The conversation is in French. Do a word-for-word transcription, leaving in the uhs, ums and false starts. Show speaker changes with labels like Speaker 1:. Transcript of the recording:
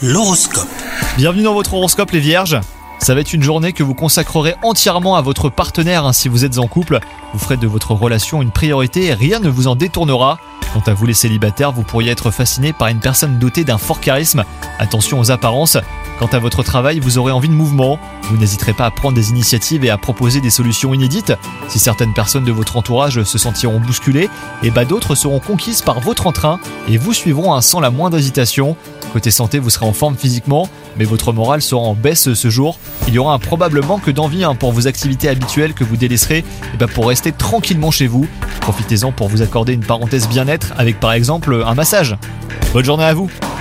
Speaker 1: L'horoscope.
Speaker 2: Bienvenue dans votre horoscope les vierges. Ça va être une journée que vous consacrerez entièrement à votre partenaire hein, si vous êtes en couple. Vous ferez de votre relation une priorité et rien ne vous en détournera. Quant à vous les célibataires, vous pourriez être fasciné par une personne dotée d'un fort charisme. Attention aux apparences. Quant à votre travail, vous aurez envie de mouvement. Vous n'hésiterez pas à prendre des initiatives et à proposer des solutions inédites. Si certaines personnes de votre entourage se sentiront bousculées, et bah d'autres seront conquises par votre entrain et vous suivront hein, sans la moindre hésitation. Côté santé, vous serez en forme physiquement, mais votre morale sera en baisse ce jour. Il y aura un probable manque d'envie hein, pour vos activités habituelles que vous délaisserez et bah pour rester tranquillement chez vous. Profitez-en pour vous accorder une parenthèse bien-être avec par exemple un massage. Bonne journée à vous!